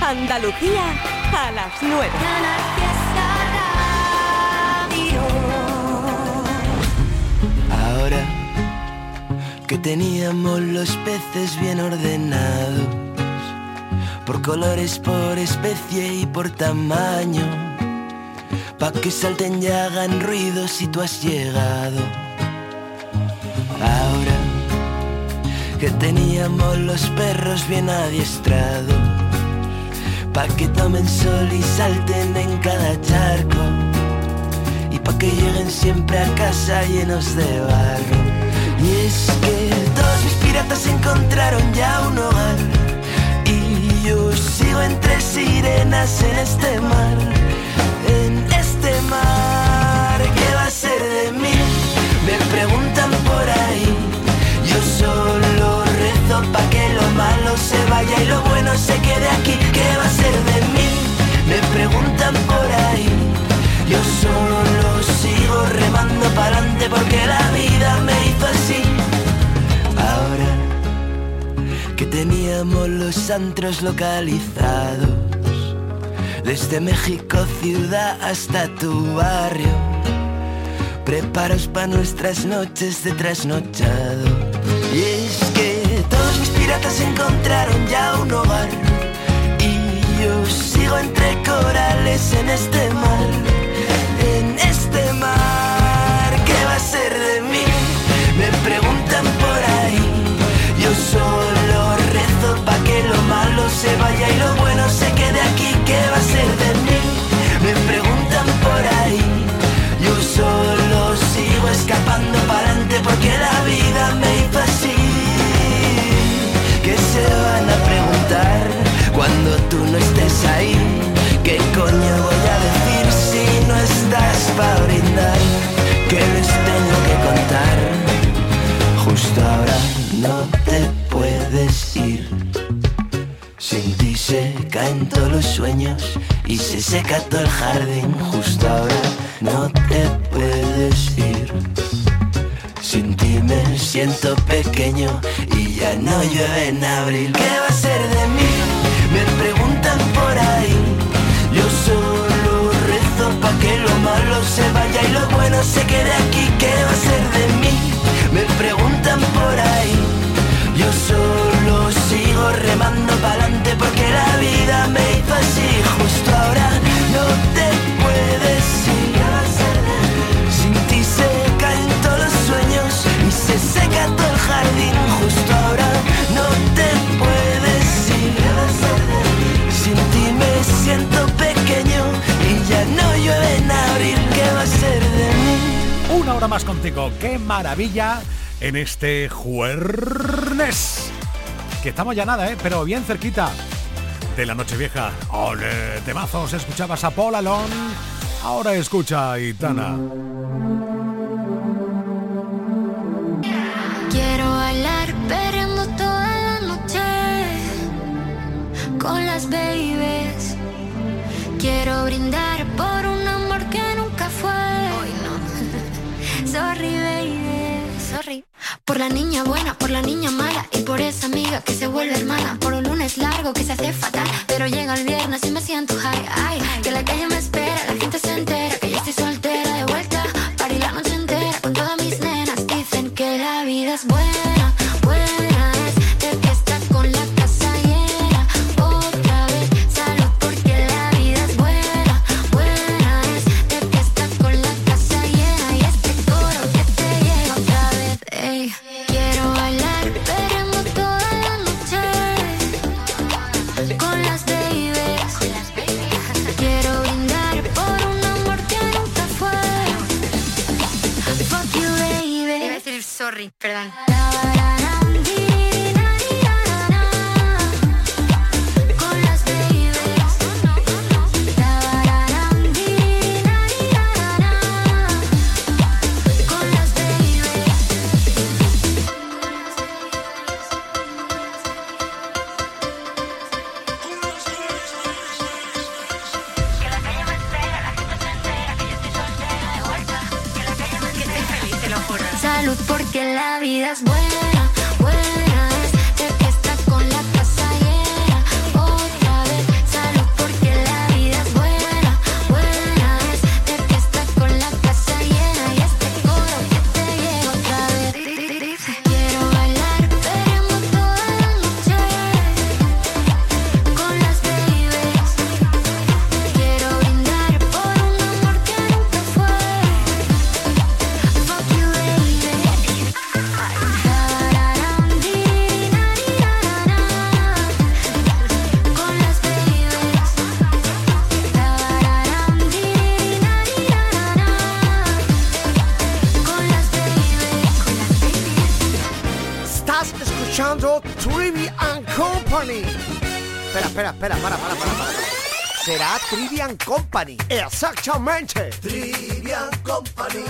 Andalucía a las 9. Ahora que teníamos los peces bien ordenados, por colores, por especie y por tamaño, pa' que salten y hagan ruido si tú has llegado. Ahora que teníamos los perros bien adiestrados, pa' que tomen sol y salten en cada charco, y pa' que lleguen siempre a casa llenos de barro. Y es que todos mis piratas encontraron ya un hogar, y yo sigo entre sirenas en este mar, en este mar. ¿Qué va a ser de mí? Me preguntan por ahí. Yo solo rezo pa' que lo malo se vaya y lo bueno se quede aquí. ¿Qué va a ser de mí? Me preguntan por ahí. Yo solo sigo remando pa'lante porque la vida me hizo así. Ahora que teníamos los antros localizados, desde México ciudad hasta tu barrio, preparaos pa' nuestras noches de trasnochado. Y es que todos mis piratas encontraron ya un hogar, y yo sigo entre corales en este mar, en este mar. ¿Qué va a ser de mí? Me preguntan por ahí. Yo solo rezo pa' que lo malo se vaya y lo bueno se quede aquí. ¿Qué va a ser de mí? Me preguntan por ahí. Yo solo sigo escapando pa'lante porque la vida me hizo así. ¿Qué se van a preguntar cuando tú no estés ahí? ¿Qué coño voy a decir si no estás pa' brindar? ¿Qué les tengo que contar? Justo ahora no te puedes ir. Sin ti se caen todos los sueños y se seca todo el jardín. Justo ahora no te puedes ir. Sin ti me siento pequeño y ya no llueve en abril. ¿Qué va a ser de mí? Me preguntan por ahí. Yo solo rezo pa' que lo malo se vaya y lo bueno se quede aquí. ¿Qué va a ser de mí? Me preguntan por ahí. Yo solo sigo remando pa'lante porque la vida me hizo así. Justo ahora no te puedes ir. Sin ti se caen todos los sueños y se seca todo el jardín. Justo ahora no te puedes ir. Sin ti me siento pequeño y ya no llueve en abril. ¿Qué va a ser de mí? Una hora más contigo, qué maravilla en este jueves. Que estamos ya nada, pero bien cerquita de la Nochevieja. ¡Ole! Temazos, escuchabas a Paul Alone. Ahora escucha a Aitana. Quiero bailar perreando toda la noche con las babies. Quiero brindar por un amor que nunca fue. Hoy no. Sorry, baby, sorry. Por la niña buena, por la niña mala y por esa amiga que se vuelve hermana. Por un lunes largo que se hace fatal, pero llega el viernes y me siento high. Ay, que la calle me espera, la gente se entera que yo estoy soltera de vuelta. Party la noche entera con todas mis nenas. Dicen que la vida es buena, buena es de fiesta con la casa llena. Otra vez salud porque la vida es buena, buena es de fiesta con la casa llena. Y este coro que te llega otra vez, ey. Quiero bailar perreando toda la noche con las babies. Quiero brindar por un amor que nunca fue. Fuck you, baby. Iba a decir sorry, perdón. Con las babies. Con las babies. Que la calle me espera, la gente se entera que yo estoy soltera de vuelta. Que la calle me espera, que estoy feliz, te lo juro. Salud porque la vida es buena, buena es de fiesta con la casa llena. Otra vez salud. Company. Espera, para. Será Trivian Company. Exactamente. Trivian Company.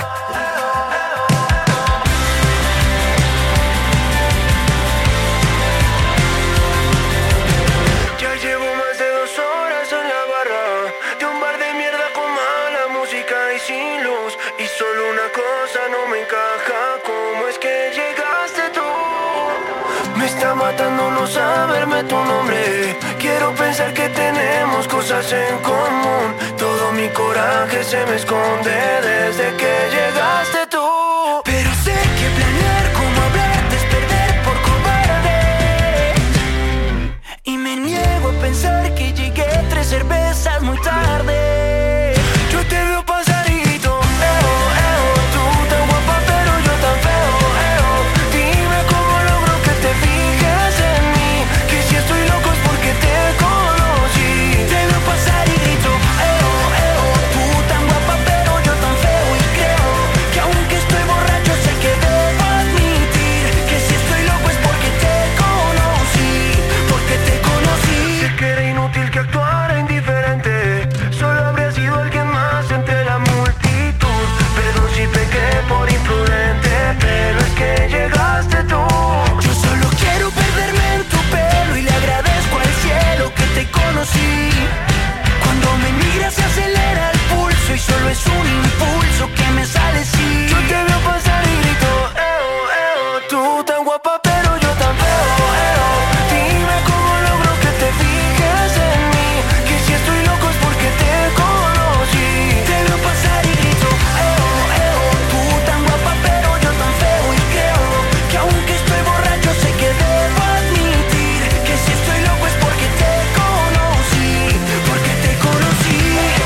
Ya llevo más de 2 horas en la barra de un bar de mierda con mala música y sin luz. Y solo una cosa no me encaja, ¿cómo es que llegaste tú? Me está matando no saberme tu nombre. Quiero pensar que tenemos cosas en común. Todo mi coraje se me esconde desde que llegaste tú. Pero sé que planear cómo hablarte es perder por cobarde. Y me niego a pensar que llegué 3 cervezas muy tarde. Yo te veo pasadito, tú tan guapa pero yo tan feo, dime cómo logro que te fijes en mí, que si estoy loco es porque te conocí. Te veo pasar y grito, tú tan guapa pero yo tan feo, y creo que aunque estoy borracho sé que debo admitir que si estoy loco es porque te conocí, porque te conocí. Sé que era inútil que actuara indiferente, solo habría sido alguien más entre la multitud. Perdón si pequé por imprudente, pero es que llegaste tú. Yo solo quiero perderme en tu pelo y le agradezco al cielo que te conocí. Cuando me miras se acelera el pulso y solo es un impulso que me sale así. Yo te veo pasar y grito, tú tan guapa pero yo tan feo, dime cómo logro que te fijes en mí, que si estoy loco es porque te conocí. Te veo pasar y grito, tú tan guapa pero yo tan feo, y creo que aunque estoy borracho sé que debo admitir que si estoy loco es porque te conocí, porque te conocí.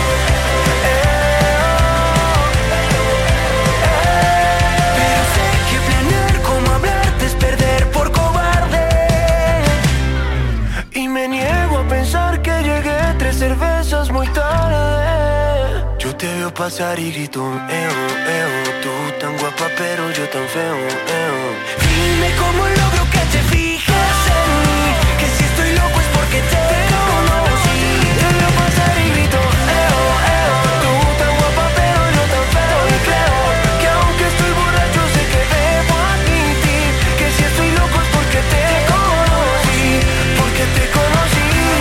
Pero sé que planear cómo hablarte es perder por cobarde. Y me niego a pensar que llegué 3 cervezas muy tarde. Yo te veo pasar y grito, tú tan guapa pero yo tan feo, dime cómo logro que te fijes en mí, que si estoy loco es porque te conocí. Te veo pasar y grito, tú tan guapa pero yo tan feo, y creo que aunque estoy borracho sé que debo admitir que si estoy loco es porque te conocí, porque te conocí.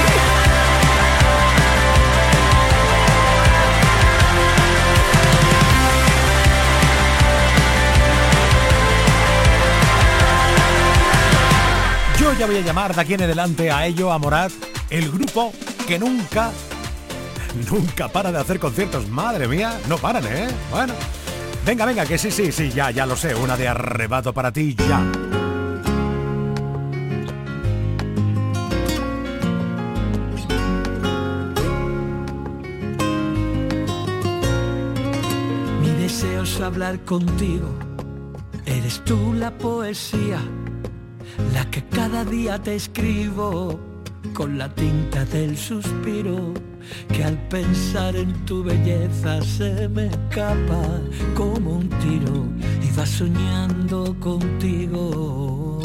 Yo ya voy a llamar de aquí en adelante a ello, a Morat, el grupo que nunca para de hacer conciertos. Madre mía, no paran, ¿eh? Bueno, venga, que sí, ya lo sé, una de Arrebato para ti, ya. Mi deseo es hablar contigo, eres tú la poesía, la que cada día te escribo con la tinta del suspiro, que al pensar en tu belleza se me escapa como un tiro y va soñando contigo.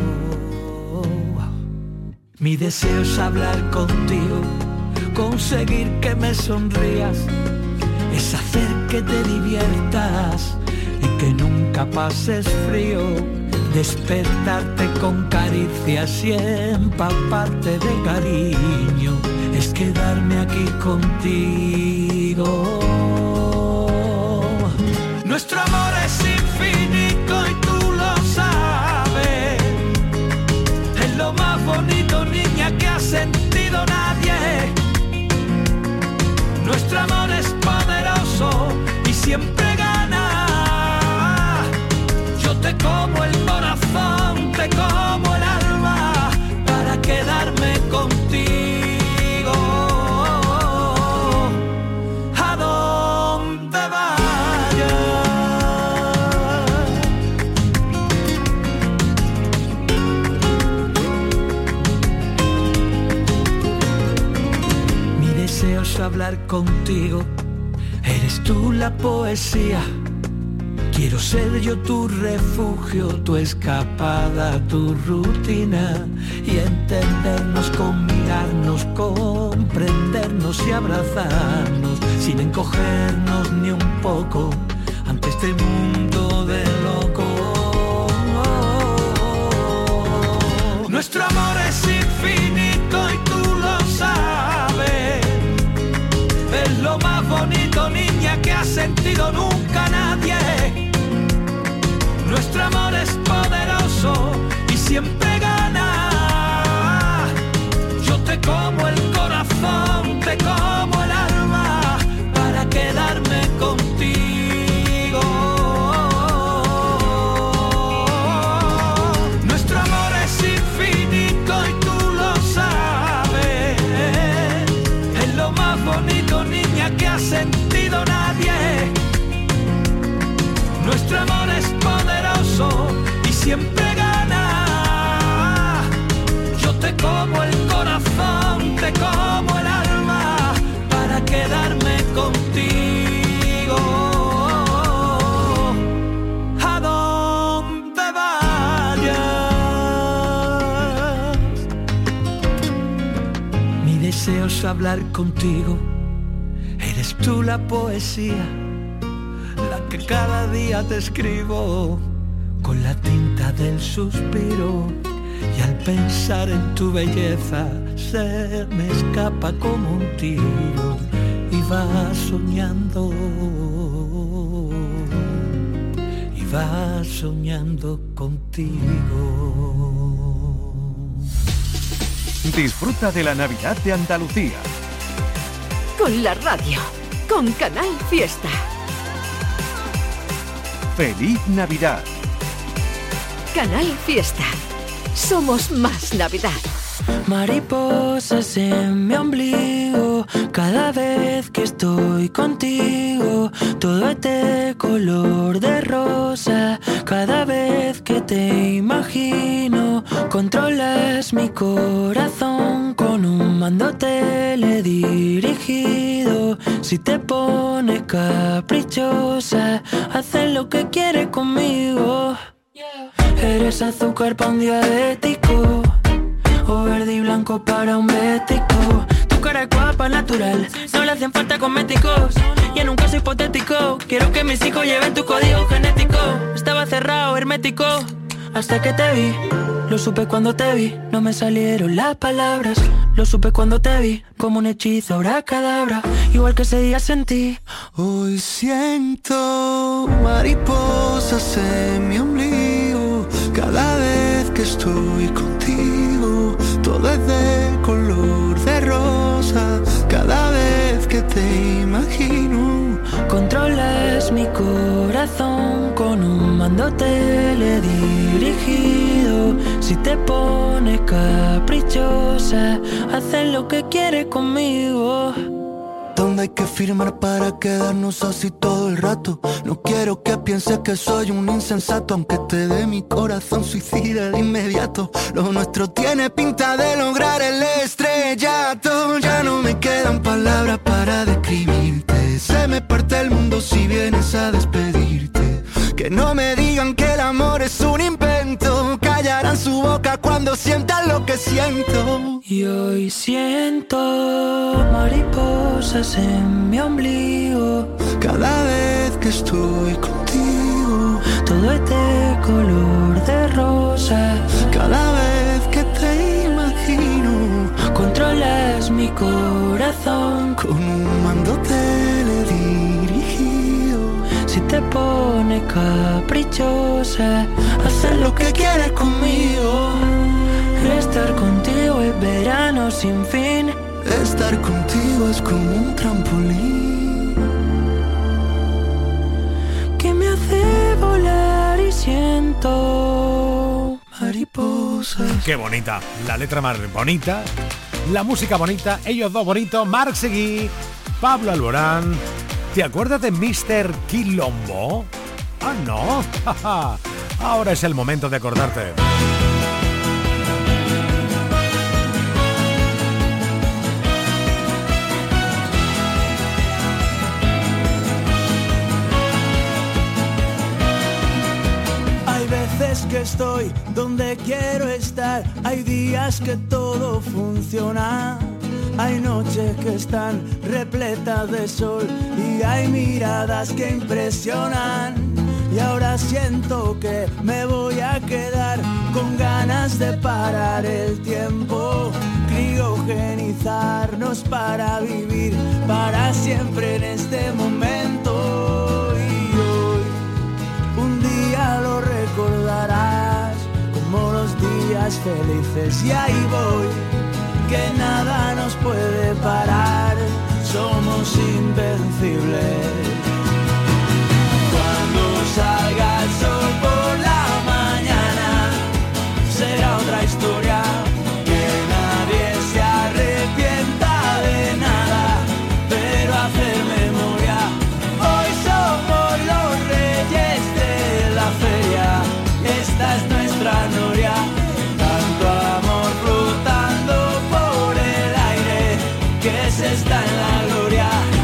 Mi deseo es hablar contigo, conseguir que me sonrías, es hacer que te diviertas y que nunca pases frío, despertarte con caricias y empaparte de cariño, es quedarme aquí contigo. Nuestro amor es infinito y tú lo sabes, es lo más bonito, niña, que ha sentido nadie. Nuestro amor es poderoso y siempre gana. Yo te como el corazón, te como el alma, para quedarme contigo a donde vayas. Mi deseo es hablar contigo, eres tú la poesía. Quiero ser yo tu refugio, tu escapada, tu rutina, y entender y abrazarnos sin encogernos ni un poco ante este mundo de locos. Nuestro amor es infinito y tú lo sabes. Es lo más bonito, niña, que ha sentido nunca nadie. Nuestro amor es poderoso y siempre gana. Yo te como el corazón, te como el alma para quedarme contigo. Nuestro amor es infinito y tú lo sabes. Es lo más bonito, niña, que ha sentido nadie. Nuestro amor es poderoso y siempre gana. Yo te como el corazón, te como el alma para quedarme contigo. A donde vayas. Mi deseo es hablar contigo. Eres tú la poesía, la que cada día te escribo con la tinta del suspiro. Y al pensar en tu belleza se me escapa como un tiro y va soñando contigo. Disfruta de la Navidad de Andalucía Con la radio, con Canal Fiesta. ¡Feliz Navidad! Canal Fiesta. Somos más Navidad. Mariposas en mi ombligo, cada vez que estoy contigo, todo es de color de rosa, cada vez que te imagino, controlas mi corazón con un mando teledirigido. Si te pones caprichosa, haces lo que quieres conmigo. Eres azúcar para un diabético, o verde y blanco para un bético. Tu cara es guapa, natural, no le hacen falta cosméticos. Y en un caso hipotético, quiero que mis hijos lleven tu código genético. Estaba cerrado, hermético, hasta que te vi. Lo supe cuando te vi, no me salieron las palabras. Lo supe cuando te vi, como un hechizo abracadabra. Igual que ese día sentí. Hoy siento mariposas en mi ombligo, cada vez que estoy contigo, todo es de color de rosa, cada vez que te imagino, controlas mi corazón con un mando teledirigido. Si te pones caprichosa, haces lo que quieres conmigo. ¿Dónde hay que firmar para quedarnos así todo el rato? No quiero que pienses que soy un insensato, aunque te dé mi corazón suicida de inmediato. Lo nuestro tiene pinta de lograr el estrellato. Ya no me quedan palabras para describirte. Se me parte el mundo si vienes a despedirte. Que no me digan que el amor es un invento. Callarán su boca cuando sientan lo que siento. Y hoy siento mariposas en mi ombligo, cada vez que estoy contigo, todo es de color de rosa, cada vez que te imagino, controlas mi corazón con un mando teledirigido. Si te pones caprichosa, hacer lo que quieres conmigo. Estar contigo es verano sin fin. Estar contigo es como un trampolín que me hace volar y siento mariposas. Qué bonita, la letra más bonita, la música bonita, ellos dos bonitos, Marc Seguí, Pablo Alborán. ¿Te acuerdas de Mr. Quilombo? Ah, no. Ahora es el momento de acordarte. Hay veces que estoy donde quiero estar, hay días que todo funciona. Hay noches que están repletas de sol y hay miradas que impresionan. Y ahora siento que me voy a quedar con ganas de parar el tiempo, criogenizarnos para vivir para siempre en este momento. Y hoy un día lo recordarás como los días felices. Y ahí voy, que nada nos puede parar, somos invencibles. Salga el sol por la mañana, será otra historia, que nadie se arrepienta de nada, pero hacer memoria. Hoy somos los reyes de la feria, esta es nuestra noria, tanto amor flotando por el aire, que se está en la gloria.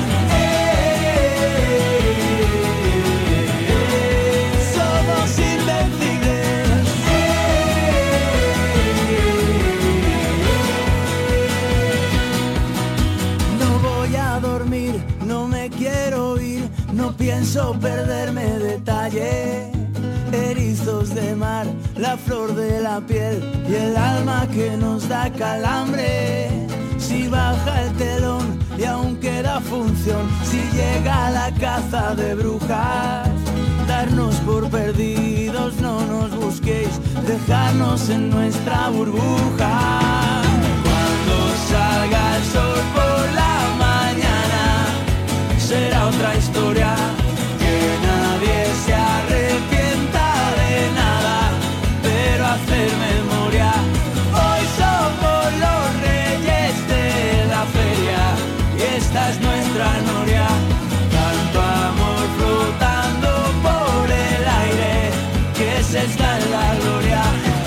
Pienso perderme detalle, erizos de mar, la flor de la piel y el alma que nos da calambre. Si baja el telón y aún queda función, si llega la caza de brujas, darnos por perdidos, no nos busquéis, dejarnos en nuestra burbuja. Cuando salga el sol por la mañana, será otra historia, que nadie se arrepienta de nada, pero hacer memoria. Hoy somos los reyes de la feria y esta es nuestra noria, tanto amor flotando por el aire, que se está en la gloria.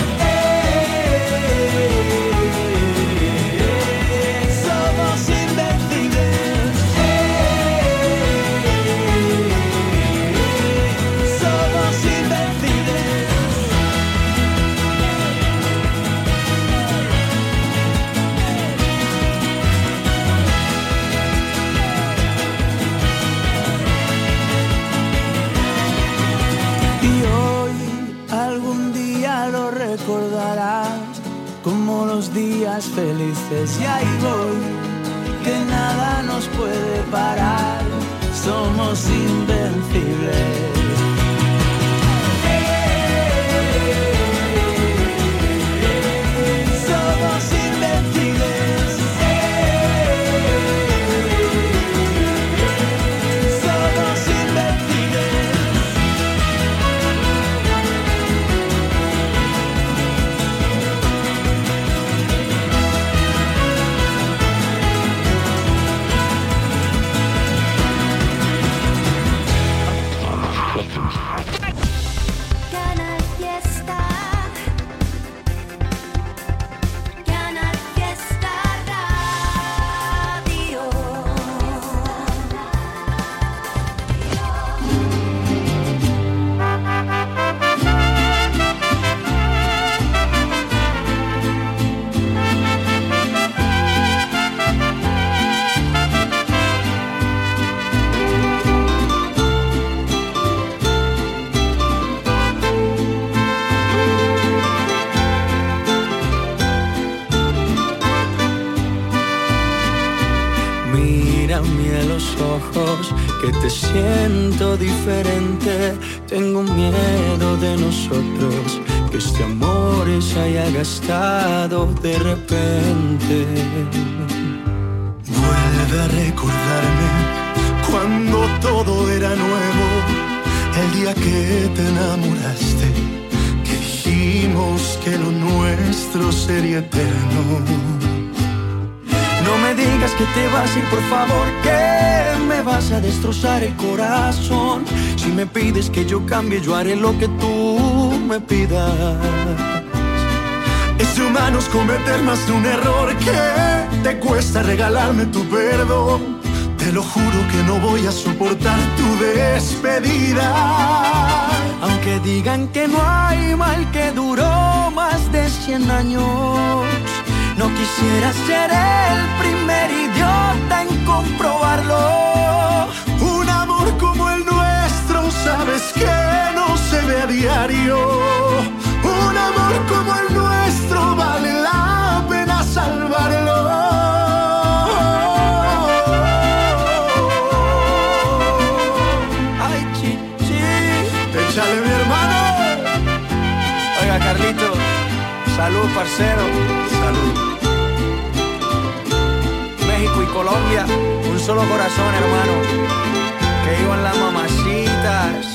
Como los días felices, y ahí voy, que nada nos puede parar, somos invencibles. Que te siento diferente, tengo miedo de nosotros, que este amor se haya gastado de repente. Vuelve a recordarme cuando todo era nuevo, el día que te enamoraste, que dijimos que lo nuestro sería eterno. No me digas que te vas a ir, por favor, que me vas a destrozar el corazón. Si me pides que yo cambie, yo haré lo que tú me pidas. Es de humanos cometer más de un error, que te cuesta regalarme tu perdón. Te lo juro que no voy a soportar tu despedida. Aunque digan que no hay mal que duró más de 100 años, no quisiera ser el primer idiota en comprobarlo. Un amor como el nuestro, sabes que no se ve a diario. Un amor como el nuestro vale la pena salvarlo. Ay, chichi. Échale, mi hermano. Oiga, Carlito, salud, parcero. Salud. México y Colombia, un solo corazón, hermano. Que iban las mamacitas.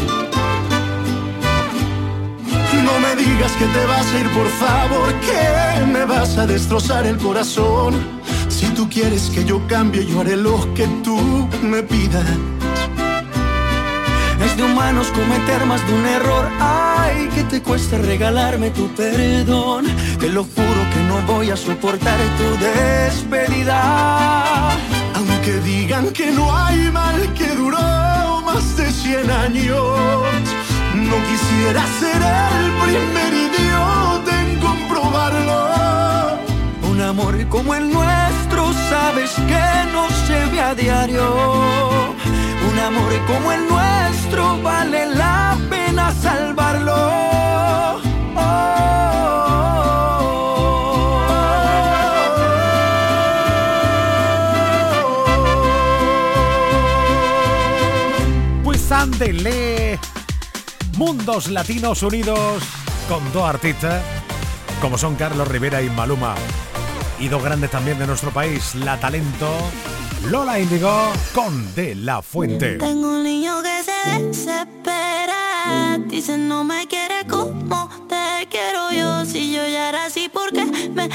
No me digas que te vas a ir, por favor, que me vas a destrozar el corazón. Si tú quieres que yo cambie, yo haré lo que tú me pidas. Es de humanos cometer más de un error. Ay, que te cuesta regalarme tu perdón. Te lo juro que no voy a soportar tu despedida. Aunque digan que no hay mal que duró más de 100 años, no quisiera ser el primer idiota en comprobarlo. Un amor como el nuestro, sabes que no se ve a diario. Un amor como el nuestro vale la pena salvarlo. Pues ándele. Mundos latinos unidos con dos artistas como son Carlos Rivera y Maluma, y dos grandes también de nuestro país, la talento Lola Índigo con De La Fuente. Tengo un niño que se desespera, dice no me quiere como te quiero yo. Si yo ya era así, ¿por qué me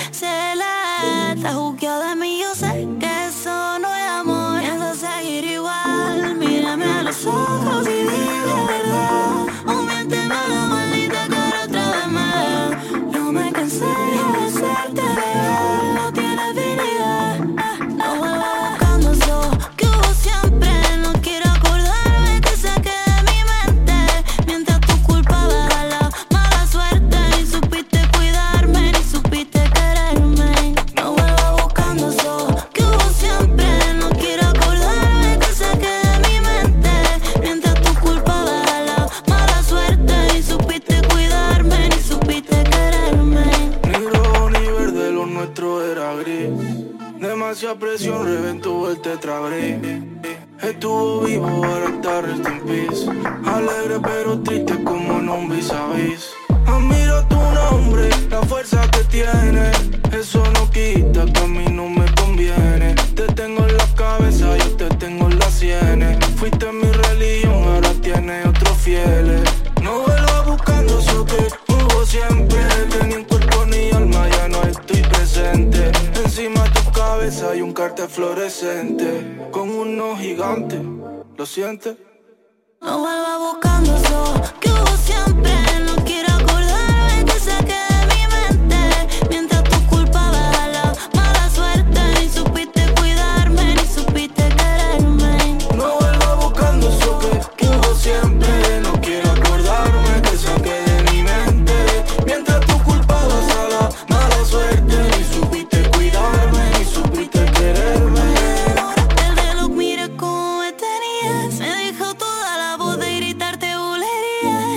cela? Está juzgado de mí, yo sé que eso no es amor. Pienso seguir igual, mírame a los ojos y dime la verdad. O miénteme la maldita cara otra vez más. No me cansé de hacerte real, no tiene finidad. No vuelvo buscando eso que hubo siempre. No quiero acordarme, te saqué de mi mente. Mientras tu culpa baja la mala suerte. Ni supiste cuidarme, ni supiste quererme. No vuelvo buscando eso que hubo siempre. No quiero acordarme, te saqué de mi mente. Mientras tu culpa baja la mala suerte. Ni supiste cuidarme, ni supiste quererme. Ni rojo ni verde, lo nuestro era gris. Demasiada presión, reventó el tetrabric. Estuvo vivo, ahora está rest in peace. Alegre pero triste como en un vis a vis. Admiro tu nombre, la fuerza que tiene. Eso no quita que a mí no me conviene. Te tengo en la cabeza, yo te tengo en las sienes. Fuiste mi religión, ahora tienes otros fieles. No vuelvas buscando eso que hubo siempre. Tenía un cuerpo ni alma, ya no estoy presente. Encima de tu cabeza hay un cartel fluorescente con unos gigantes, ¿lo sientes? No vuelva buscando eso que hubo siempre. No quiero acordarme, te saqué de mi mente. Mientras tu culpa baja la mala suerte. Ni supiste cuidarme, ni supiste quererme. No vuelva buscando eso que hubo siempre. No quiero acordarme, te saqué de mi mente. Mientras tu culpa baja la mala suerte. Ni supiste cuidarme, ni supiste quererme. El reloj, mira cómo me tenías. Me dijo toda la voz de gritarte bulerías.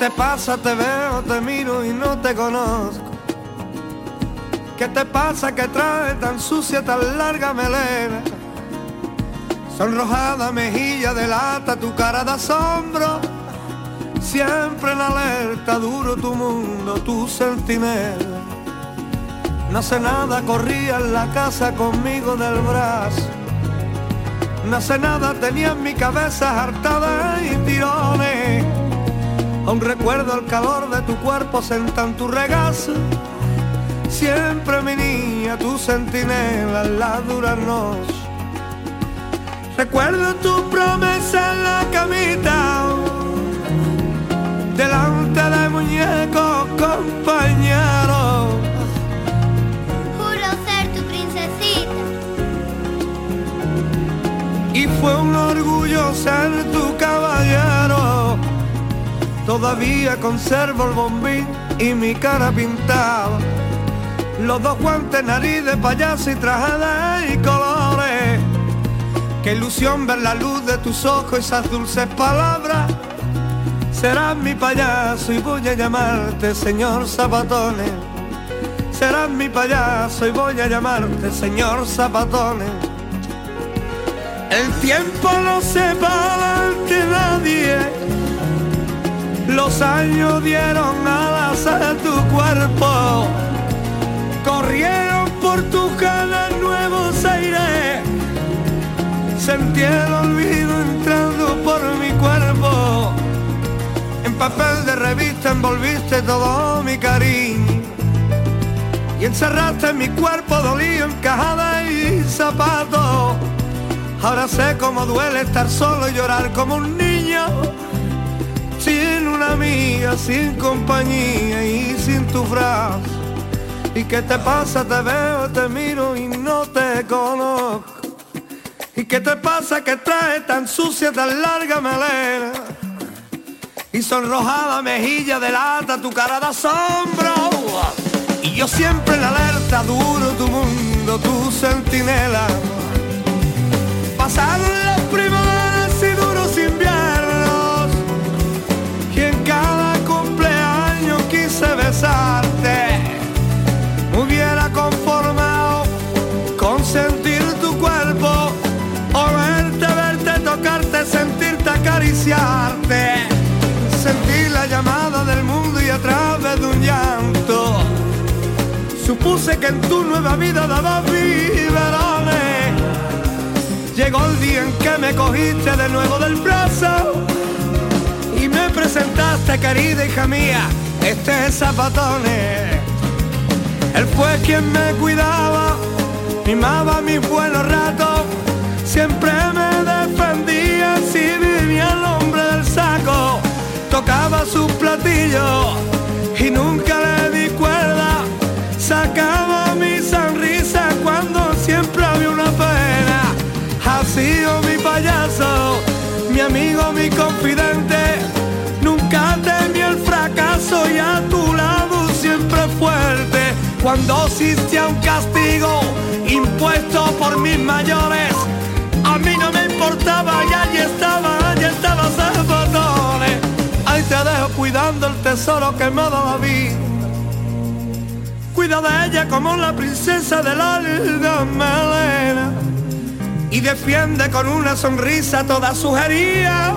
te pasa? Te veo, te miro y no te conozco. ¿Qué te pasa que trae tan sucia, tan larga melena? Sonrojada mejilla delata tu cara de asombro. Siempre en alerta, duro tu mundo, tu centinela. No hace nada, corría en la casa conmigo del brazo. No hace nada, tenía en mi cabeza hartada y tirones. Aún recuerdo el calor de tu cuerpo sentado en tu regazo. Siempre mi niña, tu centinela en la dura noche. Recuerdo tu promesa en la camita, delante de muñecos compañeros. Juro ser tu princesita. Y fue un orgullo ser tu caballero. Todavía conservo el bombín y mi cara pintada. Los dos guantes, nariz de payaso y trajada y colores. Qué ilusión ver la luz de tus ojos, esas dulces palabras. Serás mi payaso y voy a llamarte señor Zapatones. Serás mi payaso y voy a llamarte señor Zapatones. El tiempo no se para ante nadie. Los años dieron alas a tu cuerpo. Corrieron por tus ganas nuevos aires. Sentí el olvido entrando por mi cuerpo. En papel de revista envolviste todo mi cariño. Y encerraste en mi cuerpo dolido en cajada y zapatos. Ahora sé cómo duele estar solo y llorar como un niño. Sin una amiga, sin compañía y sin tu frase. ¿Y qué te pasa? Te veo, te miro y no te conozco. ¿Y qué te pasa que trae tan sucia, tan larga melena? Y sonrojada mejilla delata tu cara de asombro. Y yo siempre en alerta, duro tu mundo, tu centinela. Pasaron las primaveras y duros inviernos. Y en cada cumpleaños quise besarte. Me hubiera conformado con sentir tu cuerpo, o verte, tocarte, sentirte, acariciarte. Sentir la llamada del mundo y a través de un llanto supuse que en tu nueva vida daba biberones. Llegó el día en que me cogiste de nuevo del brazo y me presentaste, querida hija mía, este es Zapatones. Él fue quien me cuidaba, mimaba mis buenos ratos, siempre me defendía si vivía el hombre del saco. Tocaba sus platillos y nunca le di cuerda, sacaba mi sonrisa cuando siempre había una pena. Ha sido mi payaso, mi amigo, mi confidente, nunca temí el fracaso y a tu lado siempre fuerte. Cuando existía un castigo impuesto por mis mayores, a mí no me importaba y allí estaba Zapatones. Ahí te dejo cuidando el tesoro que me ha dado la vida. Cuida de ella como la princesa de la larga melena y defiende con una sonrisa toda su herida.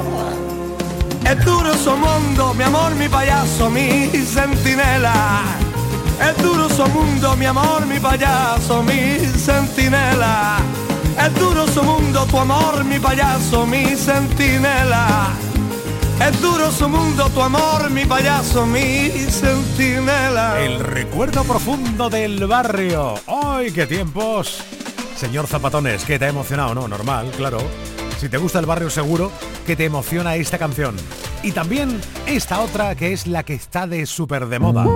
Es duro su mundo, mi amor, mi payaso, mi centinela. Es duro su mundo, mi amor, mi payaso, mi centinela. Es duro su mundo, tu amor, mi payaso, mi centinela. Es duro su mundo, tu amor, mi payaso, mi centinela. El recuerdo profundo del barrio. ¡Ay, qué tiempos! Señor Zapatones, ¿qué te ha emocionado? No, normal, claro. Si te gusta el barrio seguro que te emociona esta canción. Y también esta otra que es la que está de súper de moda.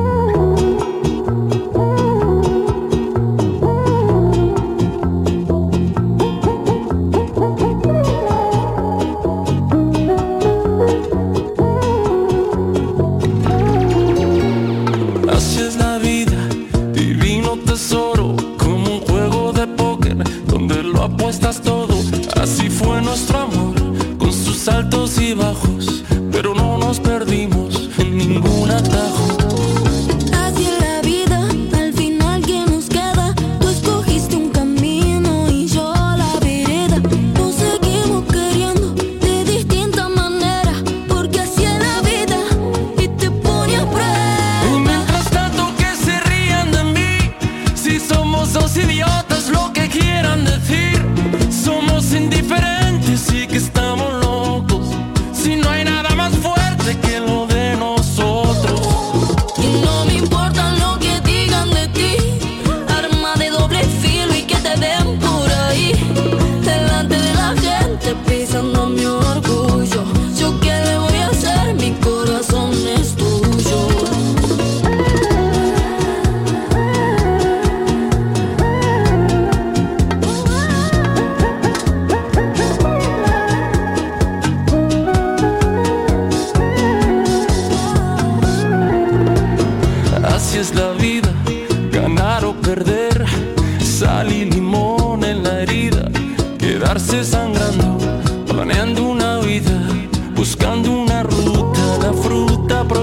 Apuestas todo, así fue nuestro amor, con sus altos y bajos, pero no nos perdimos en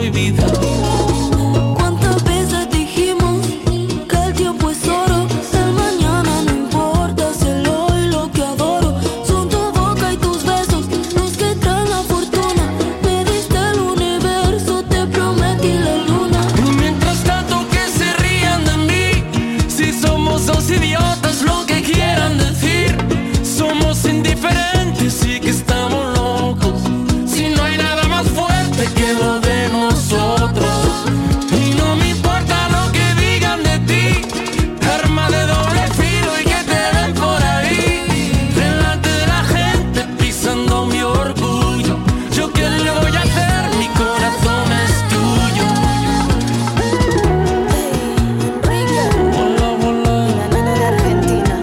mi vida. ¿Cuántas veces dijimos que el tiempo es oro? El mañana no importa, si el hoy lo que adoro. Son tu boca y tus besos los que traen la fortuna. Me diste el universo, te prometí la luna. Y mientras tanto que se rían de mí, si somos dos idiotas, lo que quieran decir. Somos indiferentes y que estamos locos. Si no hay nada más fuerte que lo de nosotros. Y no me importa lo que digan de ti, arma de doble filo y que te ven por ahí, delante de la gente pisando mi orgullo. Yo qué le voy a hacer, mi corazón es tuyo. Hola, hola. La nana de Argentina.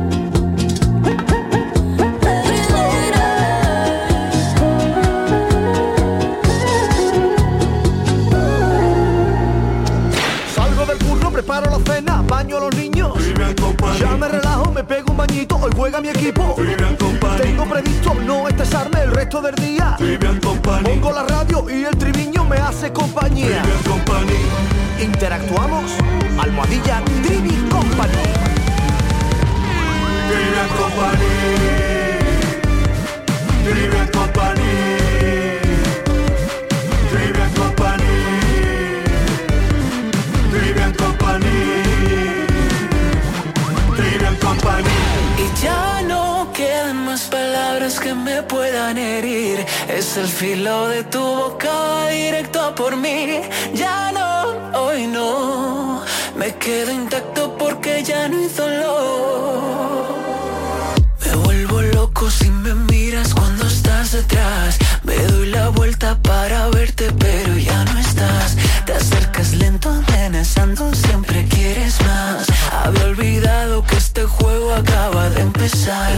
Salgo del curro, preparo la cena, baño a los niños. Ya me relajo, me pego un bañito, hoy juega mi equipo. Tengo previsto no estresarme el resto del día. Pongo la radio y el triviño me hace compañía. Interactuamos, almohadilla Trivi Company. Trivian Company. Trivian Company. Trivian Company. Trivian Company. Trivian Company. Y ya no quedan más palabras que me puedan herir. Es el filo de tu boca directo a por mí. Ya no, hoy no, me quedo intacto porque ya no hay dolor. Me vuelvo loco si me miras cuando estás detrás. Me doy la vuelta para verte pero ya no estás. Te acercas lento amenazando, siempre quieres más. Había olvidado que este juego acaba de empezar.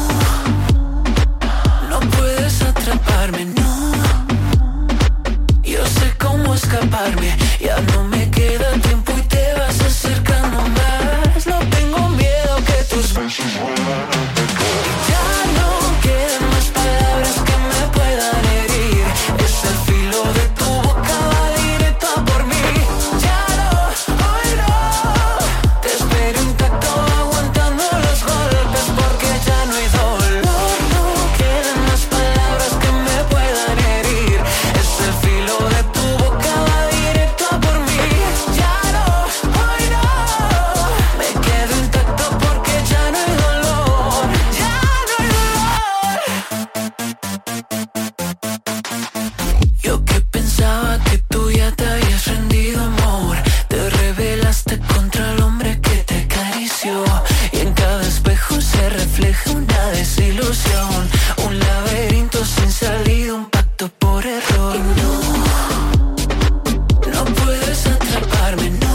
No puedes atraparme, no. Yo sé cómo escaparme, ya no me queda tiempo y te vas acercando más. No tengo miedo que tus besos vuelvan a pecar. Ya no quedan más palabras que me puedan herir. Es el filo de tu boca, va directo a por mí. Ya no, hoy no, te espero intacto aguantando los golpes porque ya no hay dolor. No quedan más palabras que me puedan herir. Es el filo de tu boca, va directo a por mí. Ya no, hoy no, me quedo intacto porque ya no hay dolor. Ya no hay dolor. Yo que pensaba que tú ya te habías rendido, amor. Te rebelaste contra el hombre que te acarició. Y en cada espejo se refleja una desilusión. Un laberinto sin salida, un pacto por error. Y no puedes atraparme, no.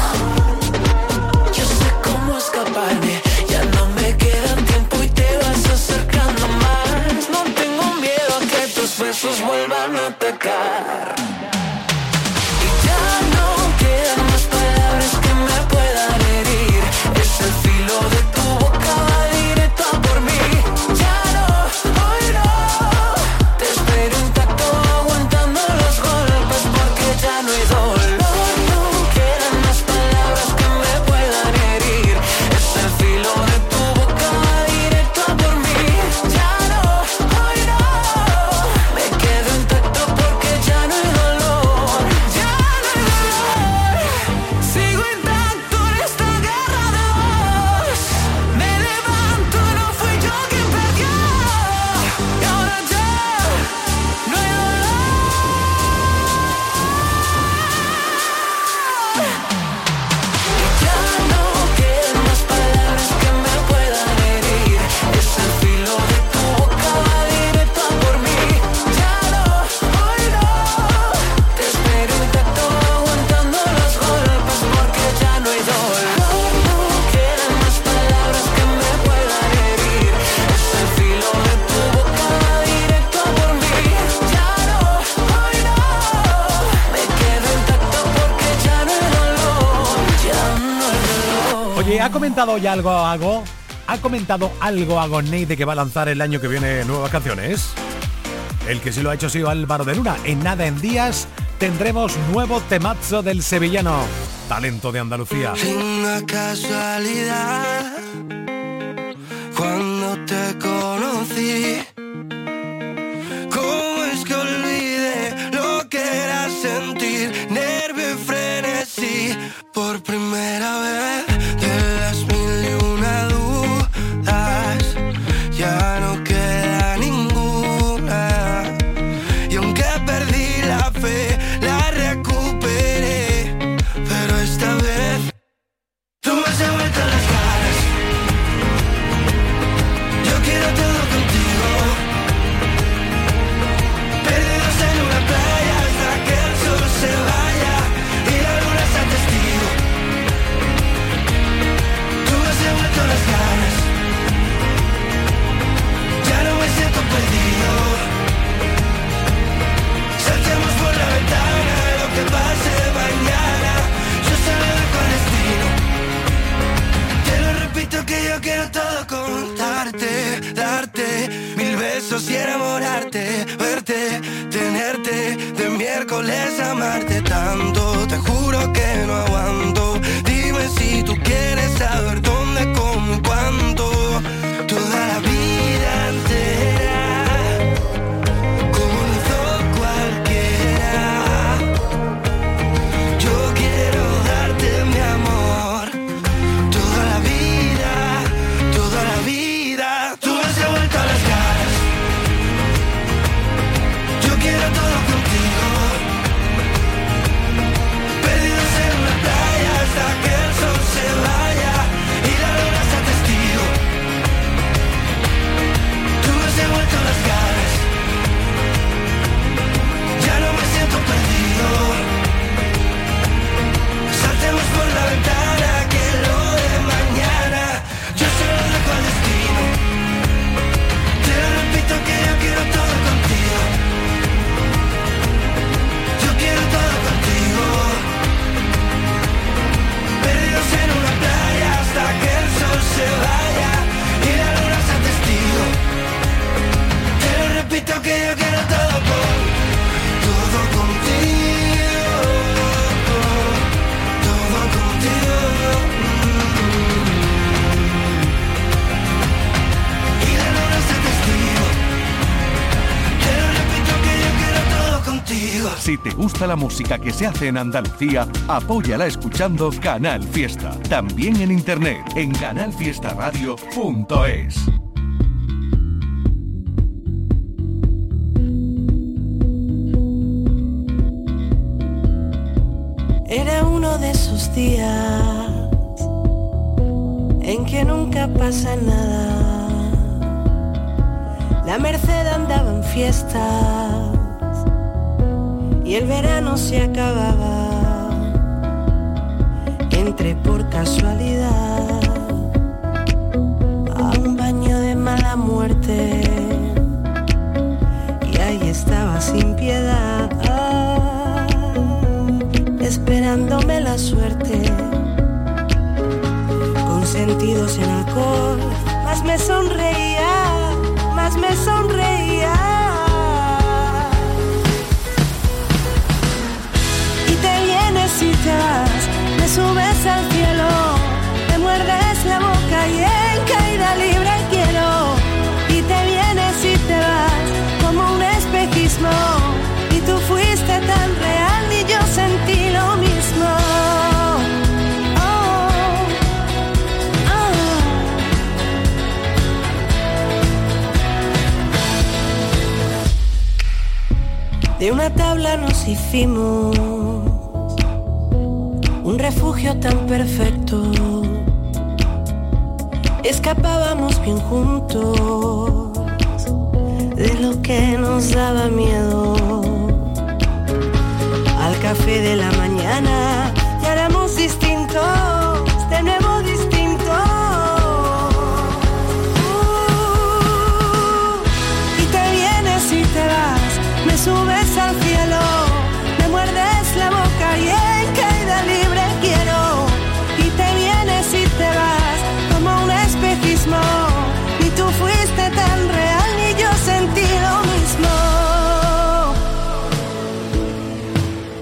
Yo sé cómo escaparme, ya no me queda tiempo y te vas acercando más. No tengo miedo a que tus besos vuelvan a atacar. Y ya no quedan más palabras que me puedan herir. Es el filo de tu boca, va directo a por mí. Ya no, hoy no, te espero intacto aguantando los golpes porque ya no hay dolor. No quedan más palabras que me puedan herir. Es el filo de tu boca, va directo a por mí. Ya no, hoy no, me quedo intacto porque ya no hay dolor. Ya no hay dolor. Sigo intacto en esta guerra de voz. Me levanto, no fui yo quien perdió. Y ahora ya no hay Ya no quedan más palabras que me puedan herir. Es el filo de tu boca, va directo a por mí. Ya no, hoy no, te espero intacto aguantando los golpes porque ya no hay dolor. No quedan más palabras que me puedan herir. Es el filo de tu boca, va directo a por mí. Ya no, hoy no, me quedo intacto porque ya no hay dolor. Ya no hay dolor. Oye, ¿ha comentado ya algo Ago? ¿Ha comentado algo Agoney de que va a lanzar el año que viene nuevas canciones? El que sí lo ha hecho ha sido Álvaro de Luna. En nada, en días, tendremos nuevo temazo del sevillano, talento de Andalucía. Una casualidad, cuando te conocí, ¿cómo es que olvidé lo que era sentir nervio y frenesí? Por primera vez de las mil y una dudas, ya no queda ninguna. Y aunque perdí la fe, la recuperé, pero esta vez tú me has devuelto las ganas. Yo quiero todo contigo, perdidos en una playa hasta que el sol se vaya y la luna sea testigo. Tú me has devuelto las ganas, ya no me siento perdido. Saltemos por la ventana, lo que pase mañana, yo se lo dejo al destino. Te lo repito que yo quiero todo contarte, darte mil besos y enamorarte, verte, tenerte, de miércoles amarte tanto. Te juro que no aguanto, dime si tú quieres saber dónde, cómo y cuándo. Toda la vida entera, como lo hizo cualquiera. Yo quiero darte mi amor, toda la vida, toda la vida. Tú me has devuelto las ganas, yo quiero todo contigo, perdidos en una playa hasta que el sol se vaya y la luna sea testigo. Tú me has devuelto las ganas, ya no me siento perdido. Saltemos por la ventana que lo de mañana yo se lo dejo al destino. Te lo repito que yo quiero todo contigo, yo quiero todo contigo, perdidos en una playa hasta que el sol se vaya y la luna sea testigo. Te lo repito que yo quiero todo contigo, todo contigo, todo contigo. Y la luna sea testigo. Te lo repito que yo quiero todo contigo. Si te gusta la música que se hace en Andalucía, apóyala escuchando Canal Fiesta. También en internet, en canalfiestaradio.es. Era uno de esos días en que nunca pasa nada. La Merced andaba en fiestas y el verano se acababa. Entré por casualidad a un baño de mala muerte y ahí estaba sin piedad, esperándome la suerte, con sentidos en alcohol. Más me sonreía, más me sonreía. Y te vienes y te vas, me subes al cielo, me muerdes la boca y en caída libre quiero. Y te vienes y te vas como un espejismo, y tú fuiste tan real y yo sentí lo mismo. Oh, oh. De una tabla nos hicimos un refugio tan perfecto. Escapábamos bien juntos de lo que nos daba miedo. Al café de la mañana ya éramos distintos, de nuevo distintos. Y te vienes y te vas, me subes al cielo, me muerdes la boca y en caída libre quiero. Y te vienes y te vas como un espejismo, y tú fuiste tan real y yo sentí lo mismo.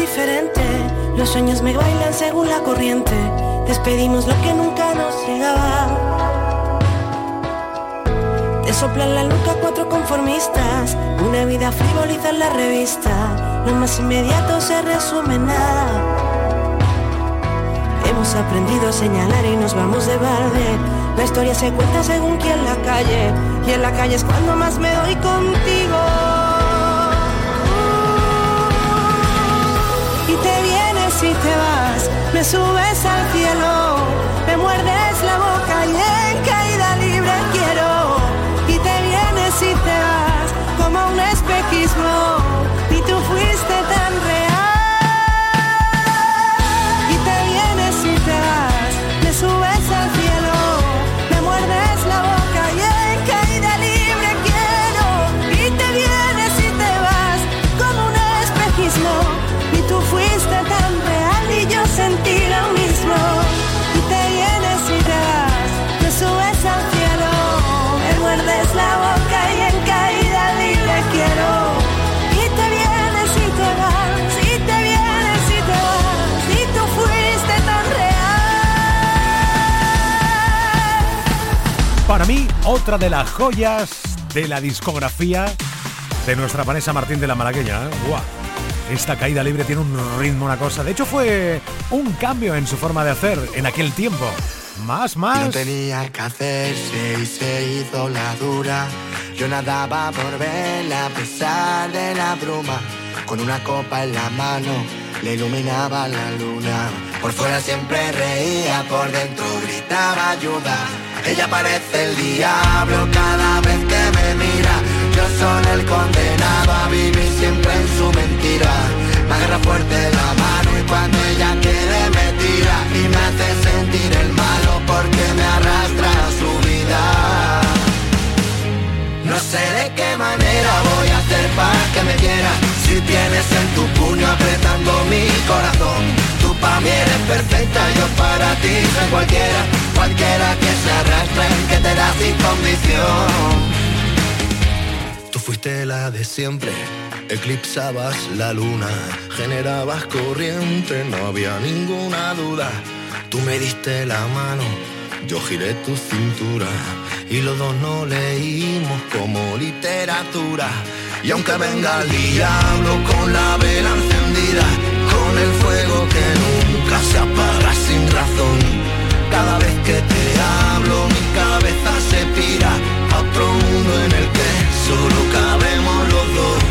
diferente. Los sueños me bailan según la corriente. Despedimos lo que nunca nos llegaba. Te soplan la nuca 4 conformistas. Una vida frivoliza en la revista. Lo más inmediato se resume en nada. Hemos aprendido a señalar y nos vamos de balde. La historia se cuenta según quien la calle. Y en la calle es cuando más me doy contigo. Y te vienes y te vas, me subes al cielo, me muerdes la boca y en caída libre quiero. Y te vienes y te vas, como un espejismo, y tú fuiste tan real. Y te vienes y te vas, me subes al cielo, me muerdes la boca y en caída libre quiero. Y te vienes y te vas, como un espejismo. Tú fuiste tan real y yo sentí lo mismo. Y te vienes y te vas, te subes al cielo, me muerdes la boca y en caída libre quiero. Y te vienes y te vas, y te vienes y te vas, y tú fuiste tan real. Para mí, otra de las joyas de la discografía de nuestra Vanessa Martín de la Malagueña, ¿eh? ¡Guau! Esta caída libre tiene un ritmo, una cosa. De hecho, fue un cambio en su forma de hacer en aquel tiempo. Más. No tenía que hacerse y se hizo la dura. Yo nadaba por verla a pesar de la bruma. Con una copa en la mano le iluminaba la luna. Por fuera siempre reía, por dentro gritaba ayuda. Ella parece el diablo cada vez que me mira. Yo soy el condenado a vivir siempre en su mentira. Me agarra fuerte la mano y cuando ella quiere me tira. Y me hace sentir el malo porque me arrastra a su vida. No sé de qué manera voy a hacer para que me quiera. Si tienes en tu puño apretando mi corazón. Tú pa' mí eres perfecta, yo para ti soy cualquiera. Cualquiera que se arrastre, que te da sin condición. Tú fuiste la de siempre, eclipsabas la luna, generabas corriente, no había ninguna duda. Tú me diste la mano, yo giré tu cintura, y los dos nos leímos como literatura. Y aunque venga el diablo con la vela encendida, con el fuego que nunca se apaga sin razón. Cada vez que te hablo mi cabeza se pira a otro mundo en el que solo cabemos los dos.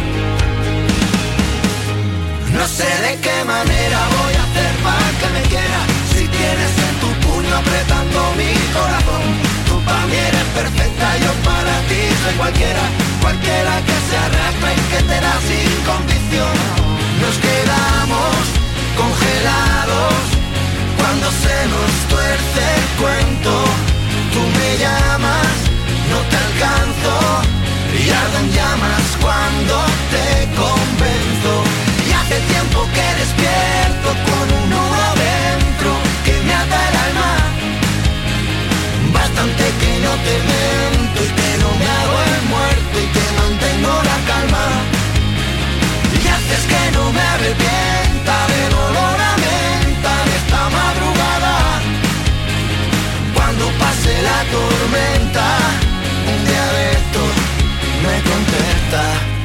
No sé de qué manera voy a hacer para que me quiera. Si tienes en tu puño apretando mi corazón. Tú para mí eres perfecta, yo para ti soy cualquiera. Cualquiera que se arrastre y que te da sin condición. Nos quedamos congelados cuando se nos tuerce el cuento. Tú me llamas, no te alcanzo, y ardo en llamas cuando te convenzo. Y hace tiempo que despierto con un nudo dentro que me ata el alma. Bastante que no te miento y que no me hago el muerto y que mantengo la calma. Y haces que no me arrepienta del olor a menta de esta madrugada. Cuando pase la tormenta, un día de esto me contesta.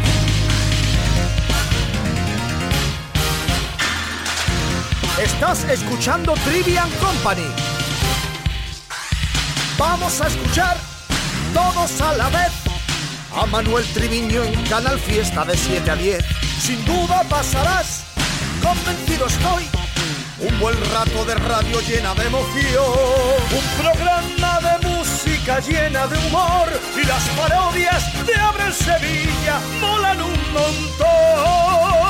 Estás escuchando Trivian Company. Vamos a escuchar todos a la vez a Manuel Triviño en Canal Fiesta de 7 a 10. Sin duda pasarás, convencido estoy, un buen rato de radio llena de emoción. Un programa de música llena de humor y las parodias de Abre Sevilla molan un montón.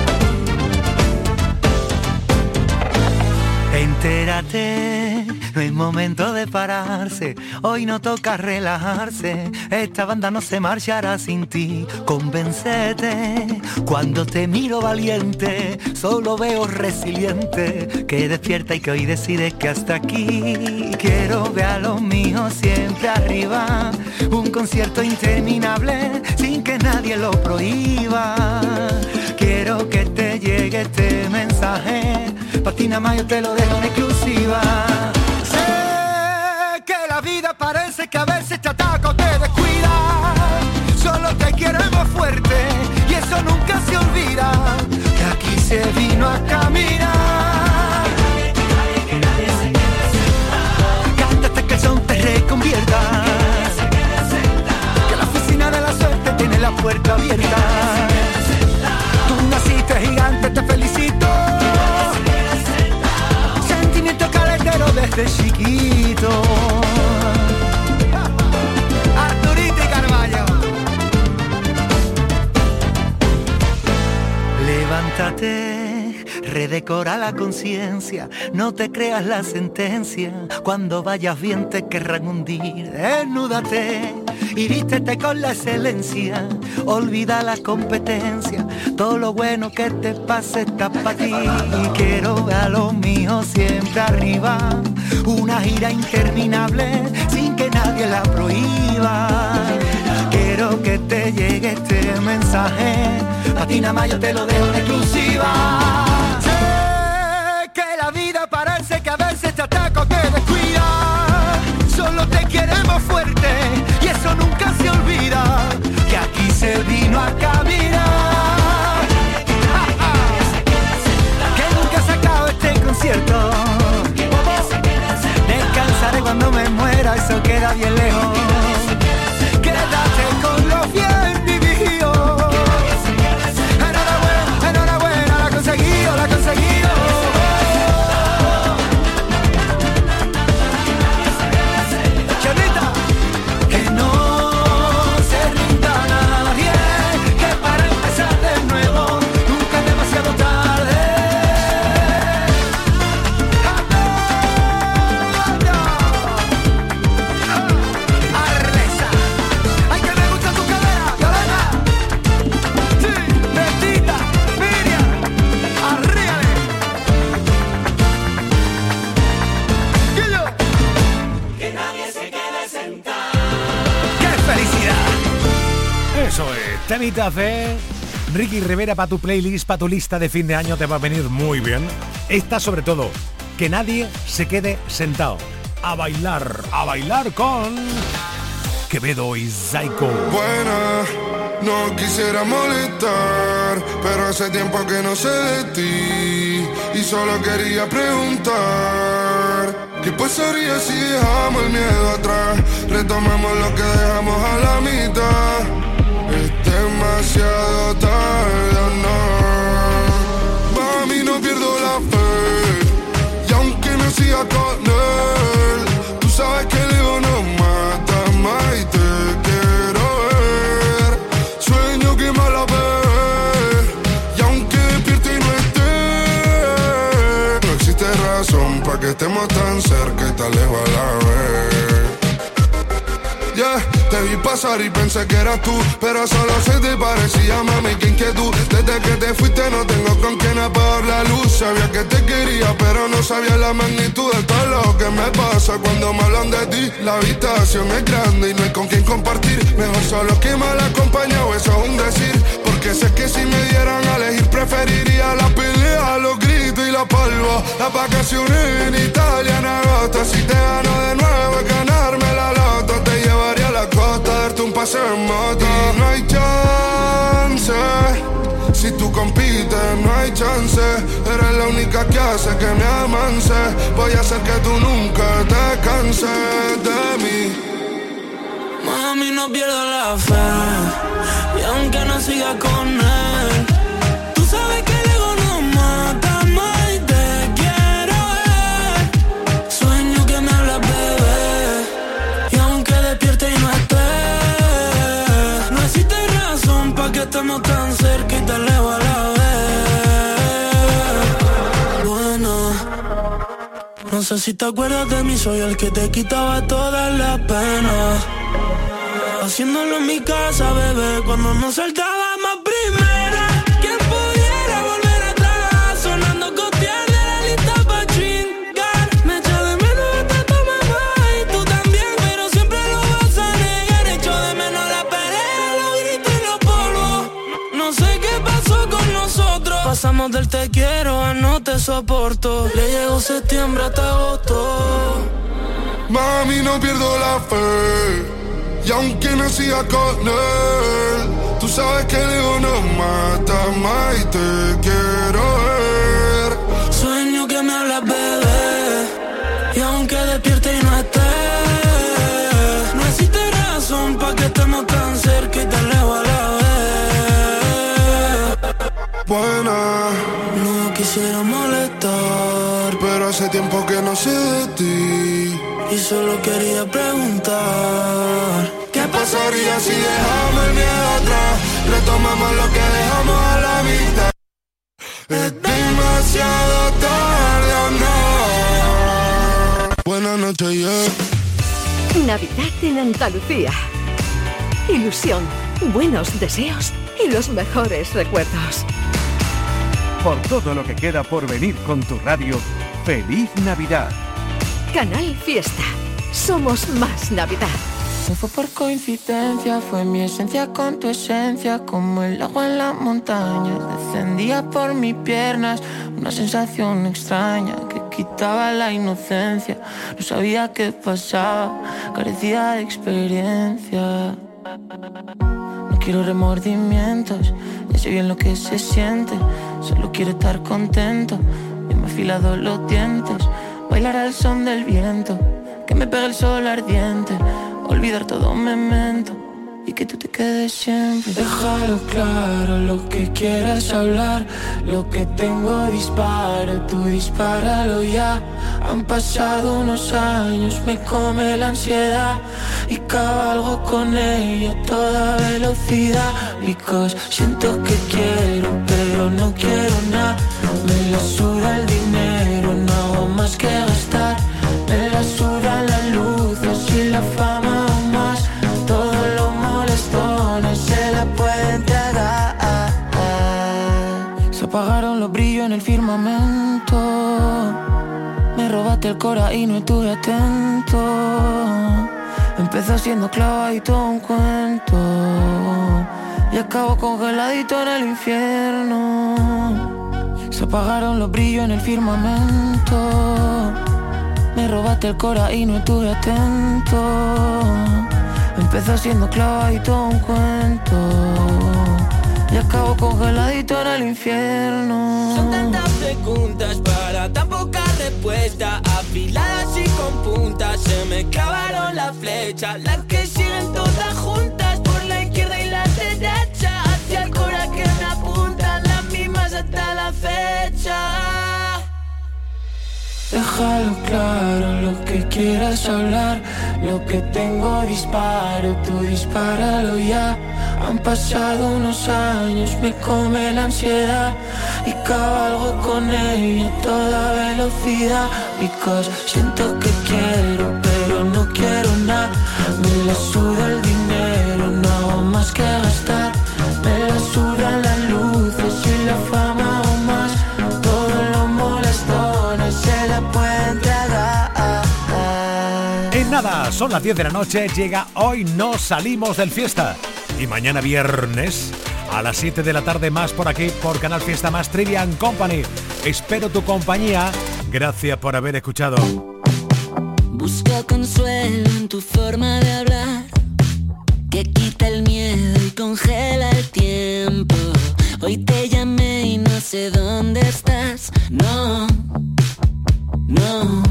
Entérate, no hay momento de pararse, hoy no toca relajarse, esta banda no se marchará sin ti. Convéncete, cuando te miro valiente, solo veo resiliente, que despierta y que hoy decide que hasta aquí. Quiero ver a los míos siempre arriba, un concierto interminable sin que nadie lo prohíba. Quiero que te llegue este mensaje, pa' ti nada más yo te lo dejo en exclusiva. Sé que la vida parece que a veces te ataca o te descuida, solo te queremos fuerte y eso nunca se olvida, que aquí se vino a caminar. Cántate que el son te reconvierta, que la oficina de la suerte tiene la puerta abierta. Tú naciste gigante, te felicito, sentimiento caletero desde chiquito. Arturito y Carballo. Levántate, redecora la conciencia, no te creas la sentencia, cuando vayas bien te querrán hundir. Desnúdate y vístete con la excelencia, olvida la competencia, todo lo bueno que te pase está para ti. Y quiero ver a los míos siempre arriba, una gira interminable sin que nadie la prohíba. Quiero que te llegue este mensaje, a ti nada más yo te lo dejo en exclusiva. Sé que la vida parece que a veces te ataca o te descuida, solo te queremos fuerte y eso nunca se olvida, que aquí se vino a caminar. Que nunca se acabe este concierto, descansaré cuando me muera, eso queda bien lejos. Quédate con lo bien vivido. Enhorabuena, enhorabuena, la he conseguido, la he conseguido. Chavita, que no se rinda nadie, que para empezar de nuevo nunca es demasiado tarde. Arresa, ay que me gusta tu cadera, Violeta. Sí, Betita, Miriam, arríale. Guillo. Que nadie se quede sentado. ¡Qué felicidad! Eso es, temita de Ricky Rivera para tu playlist, para tu lista de fin de año, te va a venir muy bien. Esta sobre todo, que nadie se quede sentado. A bailar con Quevedo y Zaiko. Buena, no quisiera molestar, pero hace tiempo que no sé de ti y solo quería preguntar, ¿qué pasaría si dejamos el miedo atrás? Retomamos lo que dejamos a la mitad. Es demasiado tarde, no. Mami, no pierdo la fe, y aunque no siga con él, tú sabes que el ego no mata más y te quiero ver. Sueño que me la ve, y aunque despierte y no esté, no existe razón para que estemos tan cerca y tan lejos a la vez. Yeah, te vi pasar y pensé que eras tú, pero solo se te parecía, mami, qué inquietud. Desde que te fuiste no tengo con quién apagar la luz. Sabía que te quería, pero no sabía la magnitud de todo lo que me pasa cuando me hablan de ti. La habitación es grande y no hay con quién compartir. Mejor solo que mal acompañado, eso es un decir. Porque sé que si me dieran a elegir preferiría la pelea, los gritos y la palma. Las vacaciones en Italia en agosto. Si te gano de nuevo es ganarme la loto. Te llevaría a la costa, darte un paseo en moto. Y no hay chance, si tú compites no hay chance. Eres la única que hace que me avance. Voy a hacer que tú nunca te canses de mí. Mami, no pierdo la fe, y aunque no siga con él, tú sabes que el ego no mata más y te quiero ver. Sueño que me hablas, bebé, y aunque despierte y no esté, no existe razón para que estemos tan cerca y tan lejos a la vez. Bueno, no No sé si te acuerdas de mí, soy el que te quitaba todas las penas. Haciéndolo en mi casa, bebé, cuando nos saltábamos primera. ¿Quién pudiera volver atrás? Sonando copiar de la lista pa' chingar. Me echo de menos hasta tu mamá y tú también, pero siempre lo vas a negar. Echo de menos la pelea, los gritos y los polvos. No sé qué pasó con nosotros. Pasamos del te quiero a no te soporto. Le llegó septiembre hasta agosto. Mami, no pierdo la fe. Y aunque no siga con él, tú sabes que el ego no mata más y te quiero ver. Sueño que me hablas, bebé, y aunque despierte y no esté, no existe razón pa' que estemos tan cerca y tan lejos a la vez. Buena, no quisiera molestar, pero hace tiempo que no sé de ti. Y solo quería preguntar, ¿qué pasaría si dejamos el miedo atrás? Retomamos lo que dejamos a la mitad. Es demasiado tarde o no. Buenas noches, yeah. Navidad en Andalucía. Ilusión, buenos deseos y los mejores recuerdos. Por todo lo que queda por venir con tu radio, ¡feliz Navidad! Canal Fiesta. Somos más Navidad. No fue por coincidencia, fue mi esencia con tu esencia, como el agua en la montaña. Descendía por mis piernas una sensación extraña que quitaba la inocencia. No sabía qué pasaba, carecía de experiencia. No quiero remordimientos, ya sé bien lo que se siente. Solo quiero estar contento, ya me he afilado los dientes. Bailar al son del viento, que me pegue el sol ardiente. Olvidar todo memento y que tú te quedes siempre. Déjalo claro, lo que quieras hablar. Lo que tengo dispara, tú dispáralo ya. Han pasado unos años, me come la ansiedad y cabalgo con ella a toda velocidad. Because siento que quiero, pero no quiero nada. Me la suda el dinero, no hago más que gastar. Me la suda la luz, así la fama aún más. Todo lo molestones se la pueden tragar. Se apagaron los brillos en el firmamento. Me robaste el cora y no estuve atento. Empezó siendo clavadito un cuento y acabo congeladito en el infierno. Se apagaron los brillos en el firmamento. Me robaste el cora y no estuve atento. Empezó siendo clavadito un cuento y acabo congeladito en el infierno. Son tantas preguntas para tan poca respuesta. Afiladas y con puntas, se me clavaron la flecha. Las que siguen todas juntas, por la izquierda y la derecha. Hacia el cora que me apuntan, las mismas hasta la fecha. Déjalo claro, lo que quieras hablar. Lo que tengo disparo, tú dispáralo ya. Han pasado unos años, me come la ansiedad y cabalgo con ella a toda velocidad. Because siento que quiero, pero no quiero nada. Me la suda el dinero, no hago más que gastar. Me la suda la luz, y la fama o más. Todos los molestones se la pueden tragar. En nada, son las 10 de la noche, llega Hoy No Salimos del Fiesta. Y mañana viernes a las 7 de la tarde más por aquí, por Canal Fiesta, más Trivian Company. Espero tu compañía. Gracias por haber escuchado. Busco consuelo en tu forma de hablar, que quita el miedo y congela el tiempo. Hoy te llamé y no sé dónde estás. No, no.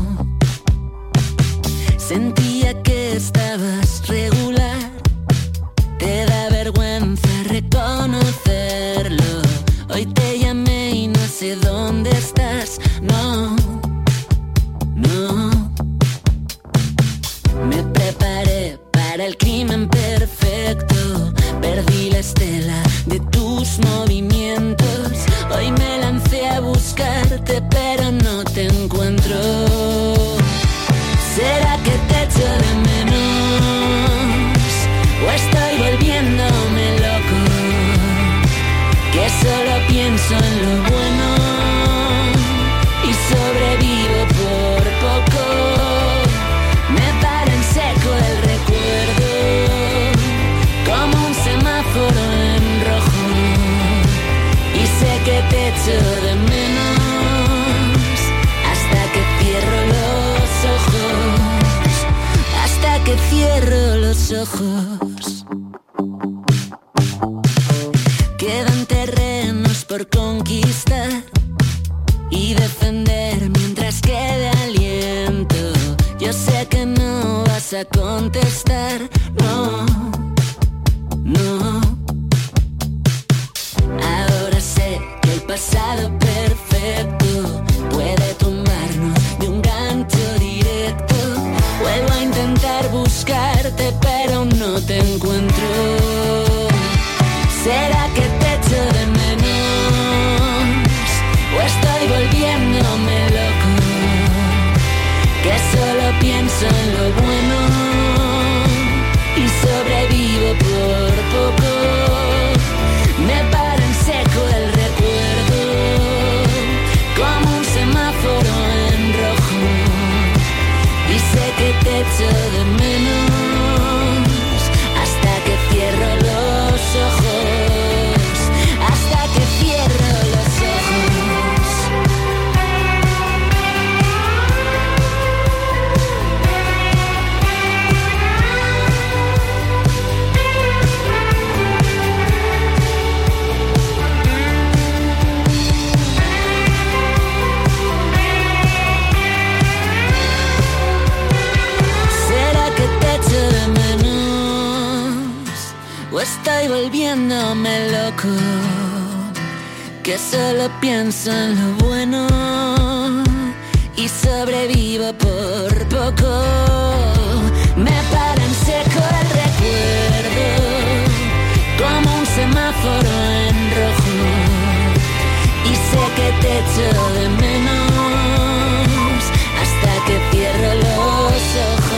Sentía que estabas regular. Te da vergüenza reconocerlo. Hoy te llamé y no sé dónde estás. No, no. Me preparé para el crimen perfecto. Perdí la estela de tus movimientos. Hoy me lancé a buscarte, pero no te encuentro. ¿Será que te echo de menos? ¿O estoy volviéndome loco? Que solo pienso en lo bueno y sobrevivo por poco. Me para en seco el recuerdo, como un semáforo en rojo. Y sé que te echo de menos hasta que cierro los ojos, hasta que cierro los ojos. Quedan terrenos por conquistar y defender mientras quede aliento. Yo sé que no vas a contestar, no, no. Ahora sé que el pasado perfecto puede tumbarnos de un gancho directo. Vuelvo a intentar buscarte, pero no te encuentro. ¿Será que te echo de menos? ¿O estoy volviéndome loco? Que solo pienso en lo bueno y sobrevivo por poco. Me para en seco el recuerdo, como un semáforo en rojo. Y sé que te echo de menos hasta que cierro los ojos, hasta que cierro los ojos. ¿Será que te echo de menos? ¿O estoy volviéndome loco? Que solo pienso en lo bueno y sobrevivo por poco.